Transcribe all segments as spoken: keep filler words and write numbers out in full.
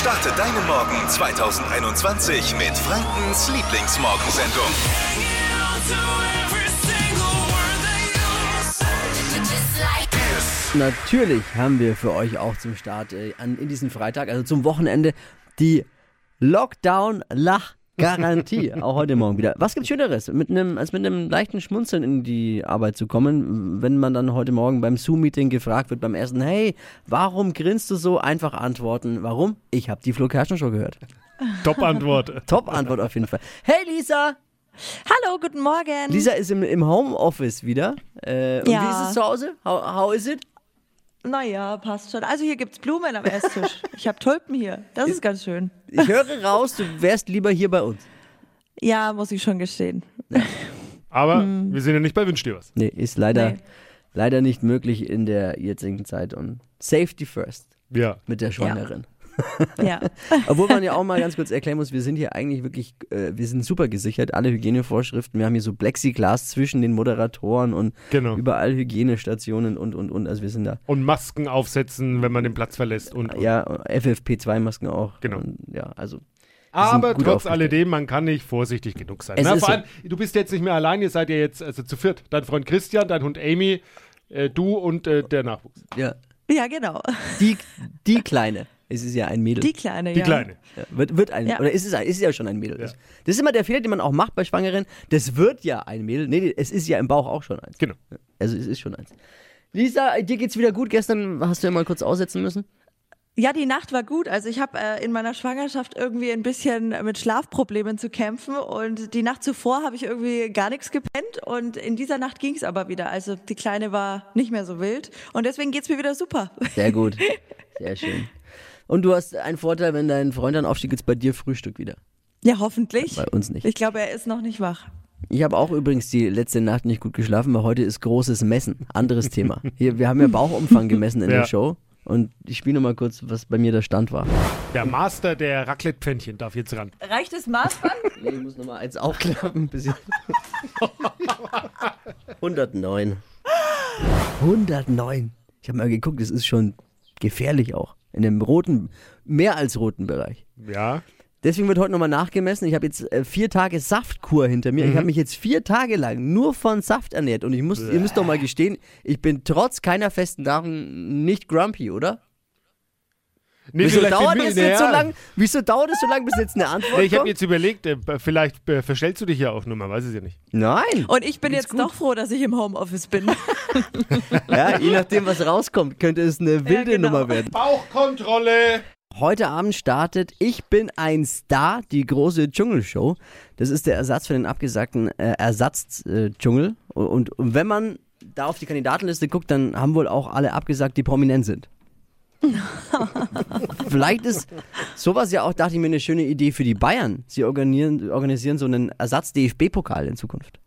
Starte deinen Morgen zwanzig einundzwanzig mit Frankens Lieblingsmorgensendung. Natürlich haben wir für euch auch zum Start äh, an, in diesem Freitag, also zum Wochenende, die Lockdown-Lach-Garantie. Auch heute Morgen wieder. Was gibt's Schöneres, mit einem, als mit einem leichten Schmunzeln in die Arbeit zu kommen, wenn man dann heute Morgen beim Zoom-Meeting gefragt wird beim Essen, hey, warum grinst du so? Einfach antworten. Warum? Ich habe die Flo Kerschner Show gehört. Top-Antwort. Top-Antwort auf jeden Fall. Hey Lisa! Hallo, guten Morgen. Lisa ist im, im Homeoffice wieder. Äh, und Ja. wie ist es zu Hause? How, how is it? Naja, passt schon. Also hier gibt's Blumen am Esstisch. Ich habe Tulpen hier. Das ist ganz schön. Ich höre raus, du wärst lieber hier bei uns. Ja, muss ich schon gestehen. Aber wir sind ja nicht bei Wünsch dir was. Nee, ist leider, Nee. leider nicht möglich in der jetzigen Zeit. Und Safety first Ja. mit der Schwangeren. Ja. Obwohl man ja auch mal ganz kurz erklären muss, wir sind hier eigentlich wirklich, äh, wir sind super gesichert, alle Hygienevorschriften, wir haben hier so Plexiglas zwischen den Moderatoren und Genau. überall Hygienestationen und, und, und, also wir sind da, Und Masken aufsetzen, wenn man den Platz verlässt. Und, und. ja, F F P zwei Masken auch. Genau. Und, ja, also. Aber gut trotz aufgestellt. alledem, man kann nicht vorsichtig genug sein. Es Na, ist vor so. allem, du bist jetzt nicht mehr allein, ihr seid ja jetzt also zu viert. Dein Freund Christian, dein Hund Amy, äh, du und äh, der Nachwuchs. Ja, Ja, genau. die, die Kleine, es ist ja ein Mädel. Die Kleine, Die ja. Kleine. Ja, wird, wird ein, Ja. oder ist es, ein, ist es ja schon ein Mädel. Ja. Das, das ist immer der Fehler, den man auch macht bei Schwangeren. Das wird ja ein Mädel. Nee, nee, es ist ja im Bauch auch schon eins. Genau. Also es ist schon eins. Lisa, dir geht's wieder gut. Gestern hast du ja mal kurz aussetzen müssen. Ja, die Nacht war gut. Also ich habe äh, in meiner Schwangerschaft irgendwie ein bisschen mit Schlafproblemen zu kämpfen und die Nacht zuvor habe ich irgendwie gar nichts gepennt und in dieser Nacht ging es aber wieder. Also die Kleine war nicht mehr so wild und deswegen geht's mir wieder super. Sehr gut. Sehr schön. Und du hast einen Vorteil, wenn dein Freund dann aufsteht, gibt's bei dir Frühstück wieder. Ja, hoffentlich. Bei uns nicht. Ich glaube, er ist noch nicht wach. Ich habe auch übrigens die letzte Nacht nicht gut geschlafen, weil heute ist großes Messen. Anderes Thema. Hier, wir haben ja Bauchumfang gemessen in Ja. der Show. Und ich spiele noch mal kurz, was bei mir der Stand war. Der Master der Raclette-Pfännchen darf jetzt ran. Reicht das Maßband? Nee, ich muss noch mal eins aufklappen. Bis hundertneun. hundertneun. Ich habe mal geguckt, das ist schon gefährlich auch. In dem roten, mehr als roten Bereich. Ja. Deswegen wird heute nochmal nachgemessen. Ich habe jetzt äh, vier Tage Saftkur hinter mir. Ich habe mich jetzt vier Tage lang nur von Saft ernährt. Und ich muss, ihr müsst doch mal gestehen, ich bin trotz keiner festen Nahrung nicht grumpy, oder? Nee, Wieso vielleicht dauert den- es jetzt so ja. lang? Wieso dauert es so lang, bis jetzt eine Antwort Nee, ich habe kommt? jetzt überlegt, äh, vielleicht äh, verstellst du dich ja auch nur, man weiß es ja nicht. Nein. Und ich bin Geht's jetzt gut? doch froh, dass ich im Homeoffice bin. Ja, je nachdem, was rauskommt, könnte es eine wilde genau. Nummer werden. Bauchkontrolle! Heute Abend startet Ich bin ein Star, die große Dschungelshow. Das ist der Ersatz für den abgesagten äh, Ersatz-Dschungel. Äh, und, und wenn man da auf die Kandidatenliste guckt, dann haben wohl auch alle abgesagt, die prominent sind. Vielleicht ist sowas ja auch, dachte ich mir, eine schöne Idee für die Bayern. Sie organisieren, organisieren so einen Ersatz-D F B-Pokal in Zukunft.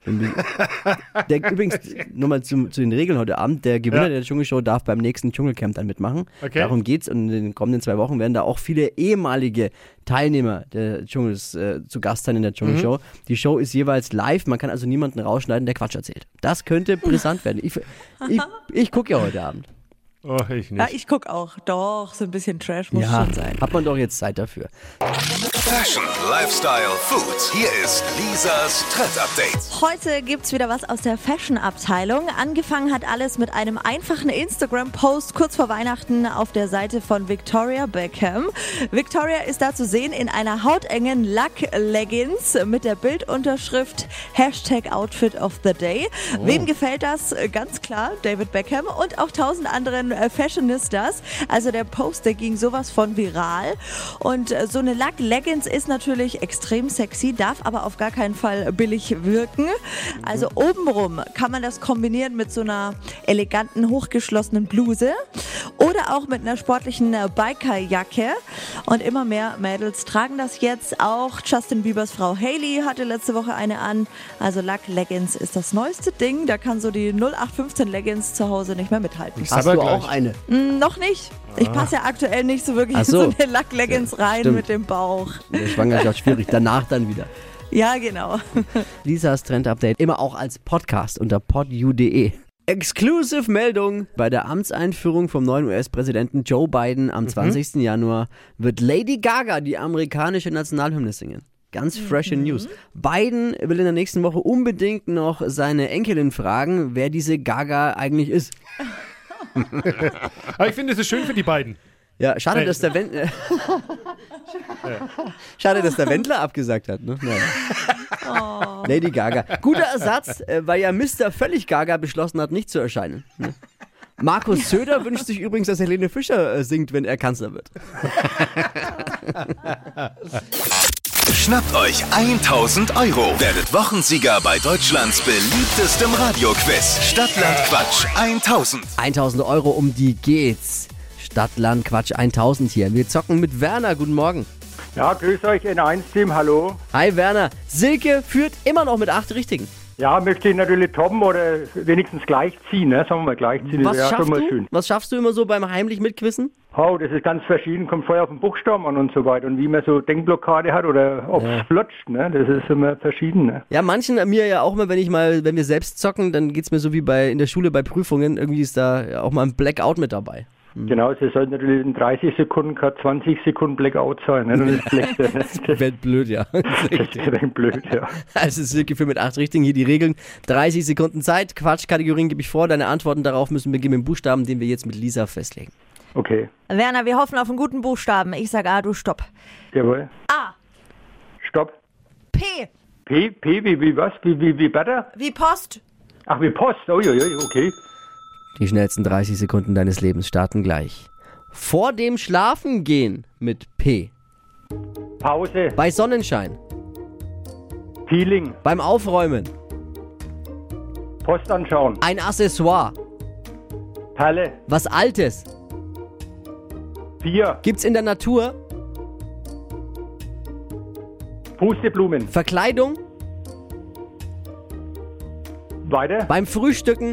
Der, übrigens, nochmal zu, zu den Regeln heute Abend, der Gewinner Ja. der Dschungelshow darf beim nächsten Dschungelcamp dann mitmachen. Okay. Darum geht's und in den kommenden zwei Wochen werden da auch viele ehemalige Teilnehmer der Dschungels äh, zu Gast sein in der Dschungelshow. Mhm. Die Show ist jeweils live, man kann also niemanden rausschneiden, der Quatsch erzählt. Das könnte brisant werden. Ich, ich, ich gucke ja heute Abend. Oh, ich Ja, nicht. ich guck auch. Doch, so ein bisschen Trash muss Ja, schon sein. hat man doch jetzt Zeit dafür. Fashion, Lifestyle, Food. Hier ist Lisas Trend Update. Heute gibt's wieder was aus der Fashion-Abteilung. Angefangen hat alles mit einem einfachen Instagram-Post kurz vor Weihnachten auf der Seite von Victoria Beckham. Victoria ist da zu sehen in einer hautengen Lack-Leggings mit der Bildunterschrift Hashtag Outfit of the Day. Wem gefällt das? Ganz klar, David Beckham und auch tausend anderen äh, Fashionistas. Also der Post, der ging sowas von viral. Und äh, so eine Lack-Leggings ist natürlich extrem sexy, darf aber auf gar keinen Fall billig wirken. Also obenrum kann man das kombinieren mit so einer eleganten, hochgeschlossenen Bluse oder auch mit einer sportlichen äh, Bikerjacke. Und immer mehr Mädels tragen das jetzt. Auch Justin Biebers Frau Hailey hatte letzte Woche eine an. Also Lack-Leggings ist das neueste Ding. Da kann so die null acht fünfzehn Leggings zu Hause nicht mehr mithalten. Hast aber du gleich. auch eine? Mm, noch nicht. Ich passe ja aktuell nicht so wirklich Ach in so. so eine Lack-Leggings rein stimmt. mit dem Bauch. In der Schwangerschaft schwierig, danach dann wieder. Ja, genau. Lisas Trend Update immer auch als Podcast unter podu punkt de. Exclusive Meldung. Bei der Amtseinführung vom neuen U S-Präsidenten Joe Biden am zwanzigsten Januar wird Lady Gaga die amerikanische Nationalhymne singen. Ganz frische mhm. News. Biden will in der nächsten Woche unbedingt noch seine Enkelin fragen, wer diese Gaga eigentlich ist. Aber ich finde, es ist schön für die beiden. Ja, schade, hey. dass der Wendler schade, dass der Wendler abgesagt hat. Ne? Naja. Oh. Lady Gaga. Guter Ersatz, äh, weil ja Mister Völlig Gaga beschlossen hat, nicht zu erscheinen. Ne? Markus Söder wünscht sich übrigens, dass Helene Fischer äh, singt, wenn er Kanzler wird. Schnappt euch tausend Euro. Werdet Wochensieger bei Deutschlands beliebtestem Radioquiz. Stadtland Quatsch tausend. tausend Euro, um die geht's. Stadtland Quatsch tausend hier. Wir zocken mit Werner. Guten Morgen. Ja, grüß euch, N eins Team, hallo. Hi Werner. Silke führt immer noch mit acht Richtigen. Ja, möchte ich natürlich toppen oder wenigstens gleich ziehen, ne? Sagen wir mal gleich ziehen. Was, das schaffst schon mal du? schön. Was schaffst du immer so beim heimlich Mitquissen? Oh, das ist ganz verschieden, kommt vorher auf den Buchstaben an und so weiter. Und wie man so Denkblockade hat oder ob es Ja. flutscht, ne? Das ist immer verschieden, ne? Ja, manchen, mir ja auch mal, wenn ich mal, wenn wir selbst zocken, dann geht's mir so wie bei in der Schule bei Prüfungen, irgendwie ist da auch mal ein Blackout mit dabei. Genau, es sollte natürlich in dreißig Sekunden, keine zwanzig Sekunden Blackout sein, ne? Das ist schlecht, ne? Das wird blöd, ja. Das ist echt blöd, ja. Also Silke für mit acht Richtigen, hier die Regeln. dreißig Sekunden Zeit, Quatschkategorien gebe ich vor, deine Antworten darauf müssen beginnen mit dem Buchstaben, den wir jetzt mit Lisa festlegen. Okay, Werner, wir hoffen auf einen guten Buchstaben. Ich sag A, du stopp. jawohl. A. Stopp. P. P, P, wie, wie was? Wie, wie, wie Butter? Wie Post. Ach, wie Post, uiuiui, okay. Die schnellsten dreißig Sekunden deines Lebens starten gleich. Vor dem Schlafengehen mit P. Pause, Bei Sonnenschein. Peeling, Beim Aufräumen. Post anschauen, Ein Accessoire. Perle, Was Altes. Bier, Gibt's in der Natur. Pusteblumen, Verkleidung. weiter, Beim Frühstücken.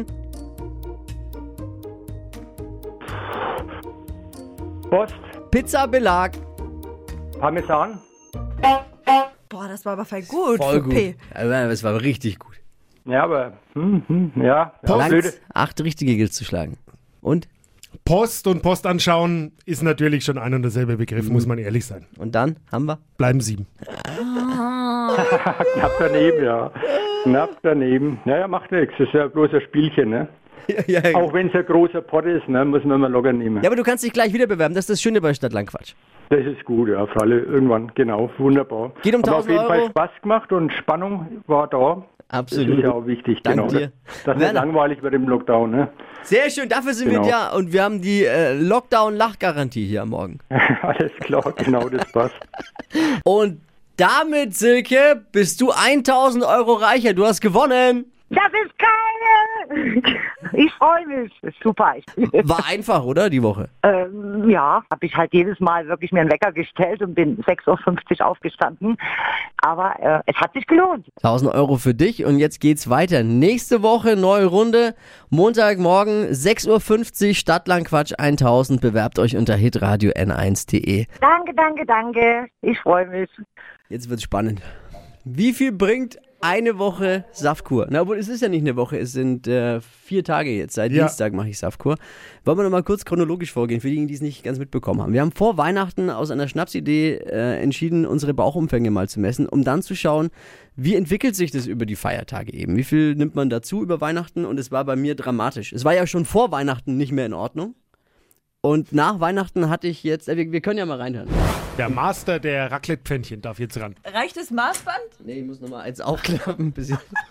Post, Pizzabelag. Parmesan, Boah, das war aber voll gut Voll für gut. P. Ja, das war richtig gut. ja, aber, hm, hm, ja, ja blöde. Langs, acht richtige gilt zu schlagen. Und? Post und Post anschauen ist natürlich schon ein und derselbe Begriff, Mhm. muss man ehrlich sein. Und dann haben wir? Bleiben sieben. Knapp daneben, ja. Knapp daneben. Naja, macht nichts. Das ist ja bloß ein Spielchen, ne? Ja, ja. Auch wenn es ein großer Pott ist, ne, muss man mal locker nehmen. Ja, aber du kannst dich gleich wieder bewerben. Das ist das Schöne bei Stadtlandquatsch. Das ist gut, ja, für alle irgendwann, genau, wunderbar. Geht um Aber auf tausend jeden Fall Euro. Spaß gemacht und Spannung war da. Absolut. Das ist ja auch wichtig, Dank genau. dir. Dass nicht Werner. langweilig wird im Lockdown, ne? Sehr schön, dafür sind Genau. wir da. Und wir haben die äh, Lockdown-Lachgarantie hier am Morgen. Alles klar, genau, das passt. Und damit, Silke, bist du tausend Euro reicher. Du hast gewonnen. Das ist geil! Ich freue mich. Super. War einfach, oder, die Woche? ähm, ja, habe ich halt jedes Mal wirklich mir einen Wecker gestellt und bin sechs Uhr fünfzig aufgestanden. Aber äh, es hat sich gelohnt. tausend Euro für dich und jetzt geht's weiter. Nächste Woche neue Runde. Montagmorgen sechs Uhr fünfzig, Stadtlandquatsch tausend. Bewerbt euch unter hitradio n eins punkt de. Danke, danke, danke. Ich freue mich. Jetzt wird's spannend. Wie viel bringt eine Woche Saftkur? Na, obwohl, es ist ja nicht eine Woche, es sind äh, vier Tage jetzt. Seit Ja. Dienstag mache ich Saftkur. Wollen wir noch mal kurz chronologisch vorgehen, für diejenigen, die es nicht ganz mitbekommen haben. Wir haben vor Weihnachten aus einer Schnapsidee äh, entschieden, unsere Bauchumfänge mal zu messen, um dann zu schauen, wie entwickelt sich das über die Feiertage eben? Wie viel nimmt man dazu über Weihnachten? Und es war bei mir dramatisch. Es war ja schon vor Weihnachten nicht mehr in Ordnung. Und nach Weihnachten hatte ich jetzt, äh, wir, wir können ja mal reinhören. Der Master der Raclette-Pfännchen darf jetzt ran. Reicht das Maßband? Nee, ich muss noch mal eins aufklappen. Bis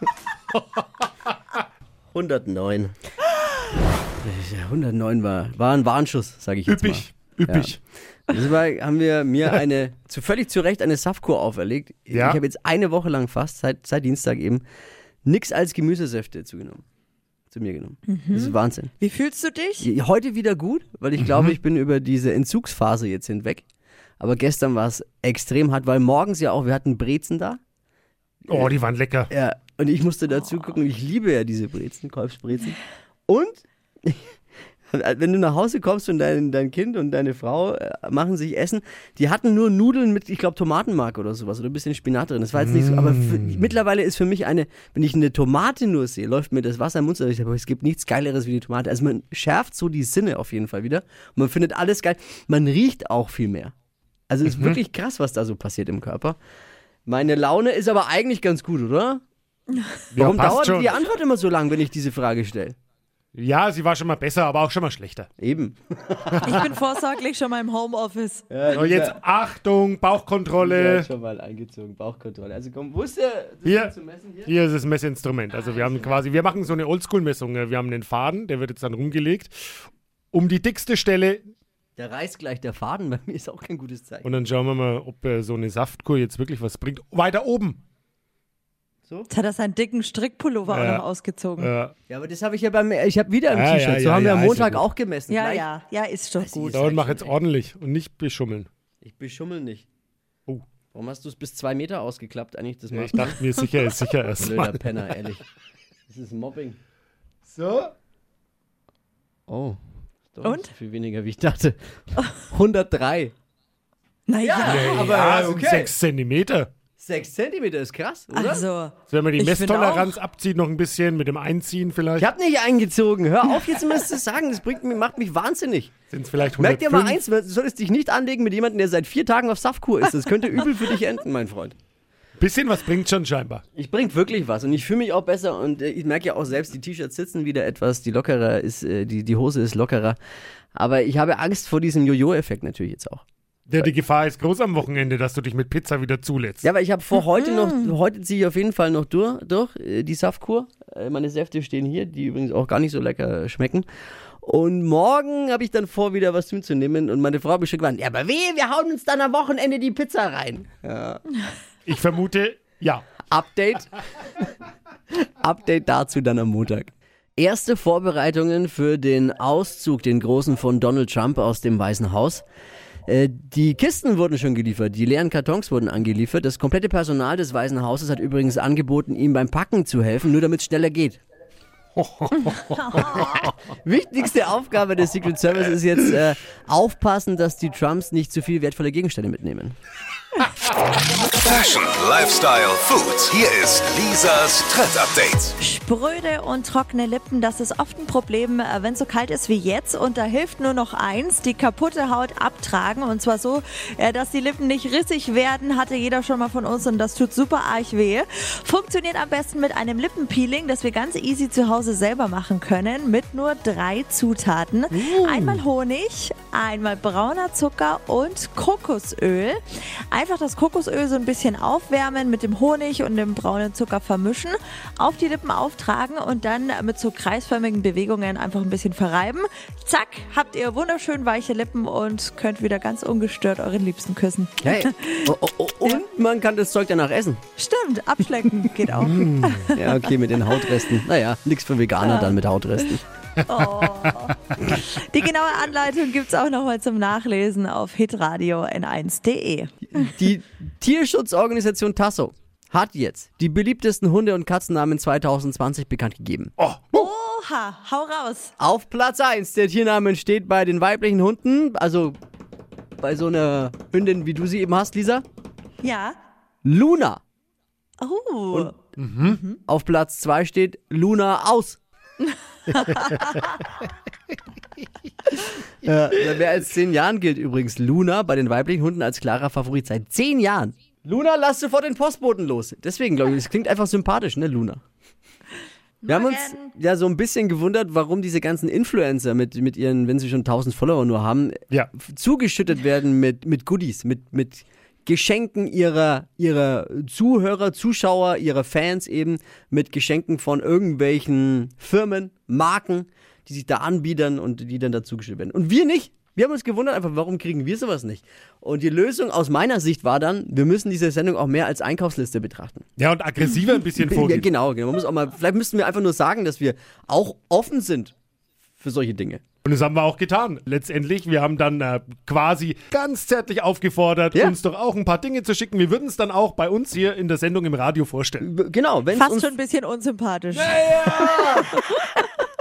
hundertneun. Ja, hundertneun war, war ein Warnschuss, sage ich jetzt Üppig, mal. üppig. Ja. Deshalb haben wir mir eine, zu völlig zu Recht, eine Saftkur auferlegt. Ja. Ich habe jetzt eine Woche lang fast, seit, seit Dienstag eben, nichts als Gemüsesäfte zugenommen. Zu mir genommen. Das ist Wahnsinn. Wie fühlst du dich? Heute wieder gut, weil ich glaube, ich bin über diese Entzugsphase jetzt hinweg. Aber gestern war es extrem hart, weil morgens ja auch, wir hatten Brezen da. Oh, die waren lecker. Ja, und ich musste dazu gucken, ich liebe ja diese Brezen, Kolbsbrezen. Und wenn du nach Hause kommst und dein, dein Kind und deine Frau äh, machen sich Essen, die hatten nur Nudeln mit, ich glaube, Tomatenmark oder sowas oder ein bisschen Spinat drin. Das war jetzt nicht so, aber für, mittlerweile ist für mich eine, wenn ich eine Tomate nur sehe, läuft mir das Wasser im Mund. Ich sage, es gibt nichts Geileres wie die Tomate. Also man schärft so die Sinne auf jeden Fall wieder und man findet alles geil. Man riecht auch viel mehr. Also es ist mhm. wirklich krass, was da so passiert im Körper. Meine Laune ist aber eigentlich ganz gut, oder? Warum ja, dauert schon. die Antwort immer so lang, wenn ich diese Frage stelle? Ja, sie war schon mal besser, aber auch schon mal schlechter. Eben. Ich bin vorsorglich schon mal im Homeoffice. Ja, so, jetzt Achtung, Bauchkontrolle. Ja, schon mal eingezogen, Bauchkontrolle. Also komm, wo ist der? Hier, zu messen hier? hier ist das Messinstrument. Also wir haben quasi, wir machen so eine Oldschool-Messung. Wir haben einen Faden, der wird jetzt dann rumgelegt. Um die dickste Stelle. Der reißt gleich der Faden, bei mir ist auch kein gutes Zeichen. Und dann schauen wir mal, ob äh, so eine Saftkur jetzt wirklich was bringt. Weiter oben. So? Jetzt hat er seinen dicken Strickpullover Ja. auch noch ausgezogen. Äh, Ja, aber das habe ich ja beim, ich habe wieder im Ja, T-Shirt. ja, so ja, haben wir ja, am ist Montag ja gut. auch gemessen. Ja, Gleich. ja, ja, ist schon Das gut. ist- dauert, mach jetzt ordentlich und nicht beschummeln. Ich beschummel nicht. Oh. Warum hast du es bis zwei Meter ausgeklappt eigentlich? Das Ja, macht ich dachte mir, sicher ist sicher erst blöder mal. Penner, ehrlich. Das ist Mobbing. So. Oh. Doch Und? nicht so viel weniger, wie ich dachte. hundertdrei. Naja, Ja, aber ja, okay. sind sechs Zentimeter. Sechs Zentimeter ist krass, oder? also, So, wenn man die Ich find Messtoleranz abzieht, noch ein bisschen mit dem Einziehen vielleicht, Ich habe nicht eingezogen. Hör auf, jetzt müsst du sagen. Das bringt mich, macht mich wahnsinnig. sind es vielleicht Merk dir mal hundertfünf. eins, du solltest dich nicht anlegen mit jemandem, der seit vier Tagen auf Saftkur ist. Das könnte übel für dich enden, mein Freund. Bisschen was bringt schon scheinbar. Ich bringt wirklich was und ich fühle mich auch besser und äh, ich merke ja auch selbst, die T-Shirts sitzen wieder etwas, die lockerer ist, äh, die, die Hose ist lockerer. Aber ich habe Angst vor diesem Jojo-Effekt natürlich jetzt auch. Ja, die Gefahr ist groß am Wochenende, dass du dich mit Pizza wieder zulässt. Ja, aber ich habe vor heute noch, heute ziehe ich auf jeden Fall noch durch, durch äh, die Saftkur. Äh, meine Säfte stehen hier, die übrigens auch gar nicht so lecker schmecken. Und morgen habe ich dann vor, wieder was mitzunehmen und meine Frau hat mich schon gewarnt, ja, aber weh, wir hauen uns dann am Wochenende die Pizza rein. Ja. Ich vermute, ja. Update. Update dazu dann am Montag. Erste Vorbereitungen für den Auszug, den großen von Donald Trump aus dem Weißen Haus. Äh, Die Kisten wurden schon geliefert, die leeren Kartons wurden angeliefert. Das komplette Personal des Weißen Hauses hat übrigens angeboten, ihm beim Packen zu helfen, nur damit es schneller geht. Wichtigste Aufgabe des Secret Service ist jetzt äh, aufpassen, dass die Trumps nicht zu viel wertvolle Gegenstände mitnehmen. Fashion, Lifestyle, Food. Hier ist Lisas Trend Update. spröde und trockene Lippen, das ist oft ein Problem, wenn es so kalt ist wie jetzt. Und da hilft nur noch eins, die kaputte Haut abtragen. Und zwar so, äh, dass die Lippen nicht rissig werden, hatte jeder schon mal von uns und das tut super arg weh. Funktioniert am besten mit einem Lippenpeeling, das wir ganz easy zu Hause selber machen können, mit nur drei Zutaten. Uh. Einmal Honig, einmal brauner Zucker und Kokosöl. Einfach das Kokosöl so ein bisschen aufwärmen, mit dem Honig und dem braunen Zucker vermischen, auf die Lippen auftragen und dann mit so kreisförmigen Bewegungen einfach ein bisschen verreiben. Zack, habt ihr wunderschön weiche Lippen und könnt wieder ganz ungestört euren Liebsten küssen. Hey. Oh, oh, oh, und man kann das Zeug danach essen. Stimmt, abschlecken geht auch. Ja, okay, mit den Hautresten. Naja, nichts für Veganer dann mit Hautresten. Oh. Die genaue Anleitung gibt es auch nochmal zum Nachlesen auf hitradio n eins punkt de. Die Tierschutzorganisation Tasso hat jetzt die beliebtesten Hunde- und Katzennamen zwanzig zwanzig bekannt gegeben. Oha, hau raus. Auf Platz eins der Tiernamen steht bei den weiblichen Hunden, also bei so einer Hündin, wie du sie eben hast, Lisa, Ja. Luna. Oh. Auf Platz zwei steht Luna aus. Ja, seit mehr als zehn Jahren gilt übrigens Luna bei den weiblichen Hunden als klarer Favorit. Seit zehn Jahren. Luna, lass sofort den Postboten los. Deswegen glaube ich, es klingt einfach sympathisch, ne, Luna? Wir haben uns ja so ein bisschen gewundert, warum diese ganzen Influencer mit, mit ihren, wenn sie schon tausend Follower nur haben, Ja. zugeschüttet werden mit, mit Goodies, mit, mit Geschenken ihrer, ihrer Zuhörer, Zuschauer, ihrer Fans eben, mit Geschenken von irgendwelchen Firmen, Marken, die sich da anbiedern und die dann dazu geschüttet werden. Und wir nicht. Wir haben uns gewundert, einfach, warum kriegen wir sowas nicht? Und die Lösung aus meiner Sicht war dann, wir müssen diese Sendung auch mehr als Einkaufsliste betrachten. Ja, und aggressiver ein bisschen Ja, vorgehen. genau, genau. Man muss auch mal, vielleicht müssten wir einfach nur sagen, dass wir auch offen sind für solche Dinge. Und das haben wir auch getan. Letztendlich, wir haben dann äh, quasi ganz zärtlich aufgefordert, Ja. uns doch auch ein paar Dinge zu schicken. Wir würden es dann auch bei uns hier in der Sendung im Radio vorstellen. B- Genau, wenn Fast uns schon ein bisschen unsympathisch.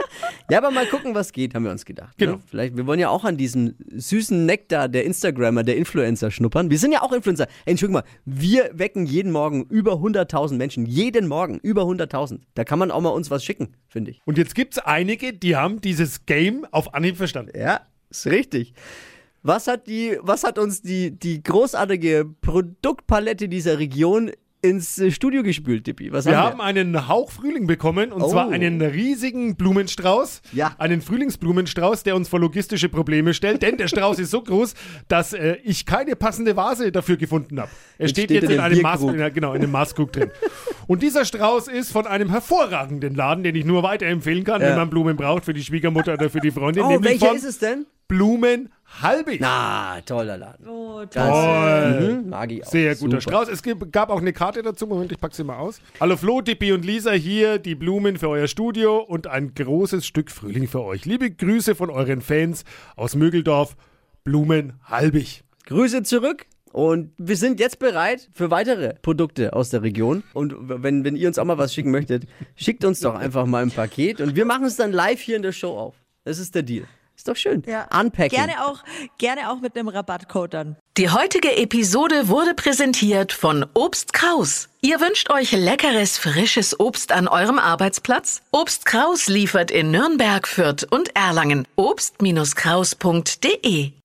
Ja, aber mal gucken, was geht, haben wir uns gedacht. Genau. Ne? Vielleicht, wir wollen ja auch an diesem süßen Nektar der Instagrammer, der Influencer schnuppern. Wir sind ja auch Influencer. Ey, Entschuldigung mal, wir wecken jeden Morgen über hunderttausend Menschen. Jeden Morgen über hunderttausend. Da kann man auch mal uns was schicken, finde ich. Und jetzt gibt es einige, die haben dieses Game auf Anhieb verstanden. Ja, ist richtig. Was hat, die, was hat uns die, die großartige Produktpalette dieser Region ins Studio gespült, Dippi? Was Wir haben haben einen Hauch Frühling bekommen und Oh. zwar einen riesigen Blumenstrauß. Ja. Einen Frühlingsblumenstrauß, der uns vor logistische Probleme stellt, denn der Strauß ist so groß, dass äh, ich keine passende Vase dafür gefunden habe. Er steht, steht jetzt in in dem einem, Maß, Bierkrug. in, genau, in einem Maßkrug drin. Und dieser Strauß ist von einem hervorragenden Laden, den ich nur weiterempfehlen kann, Ja. wenn man Blumen braucht für die Schwiegermutter oder für die Freundin. Oh, nämlich welcher von ist es denn? Blumen Halbig. Na, toller Laden. Oh, Toll. Mhm, mag ich auch. Sehr guter Super. Strauß. Es gib- gab auch eine Karte dazu. Moment, ich packe sie mal aus. Hallo Flo, Dippi und Lisa hier. Die Blumen für euer Studio und ein großes Stück Frühling für euch. Liebe Grüße von euren Fans aus Mögeldorf. Blumen Halbig. Grüße zurück. Und wir sind jetzt bereit für weitere Produkte aus der Region. Und wenn, wenn ihr uns auch mal was schicken möchtet, schickt uns doch einfach mal ein Paket. Und wir machen es dann live hier in der Show auf. Das ist der Deal. Ist doch schön. Ja. Unpacking. Gerne auch, gerne auch mit einem Rabattcode dann. Die heutige Episode wurde präsentiert von Obst Kraus. Ihr wünscht euch leckeres, frisches Obst an eurem Arbeitsplatz? Obst Kraus liefert in Nürnberg, Fürth und Erlangen. obst Kraus punkt de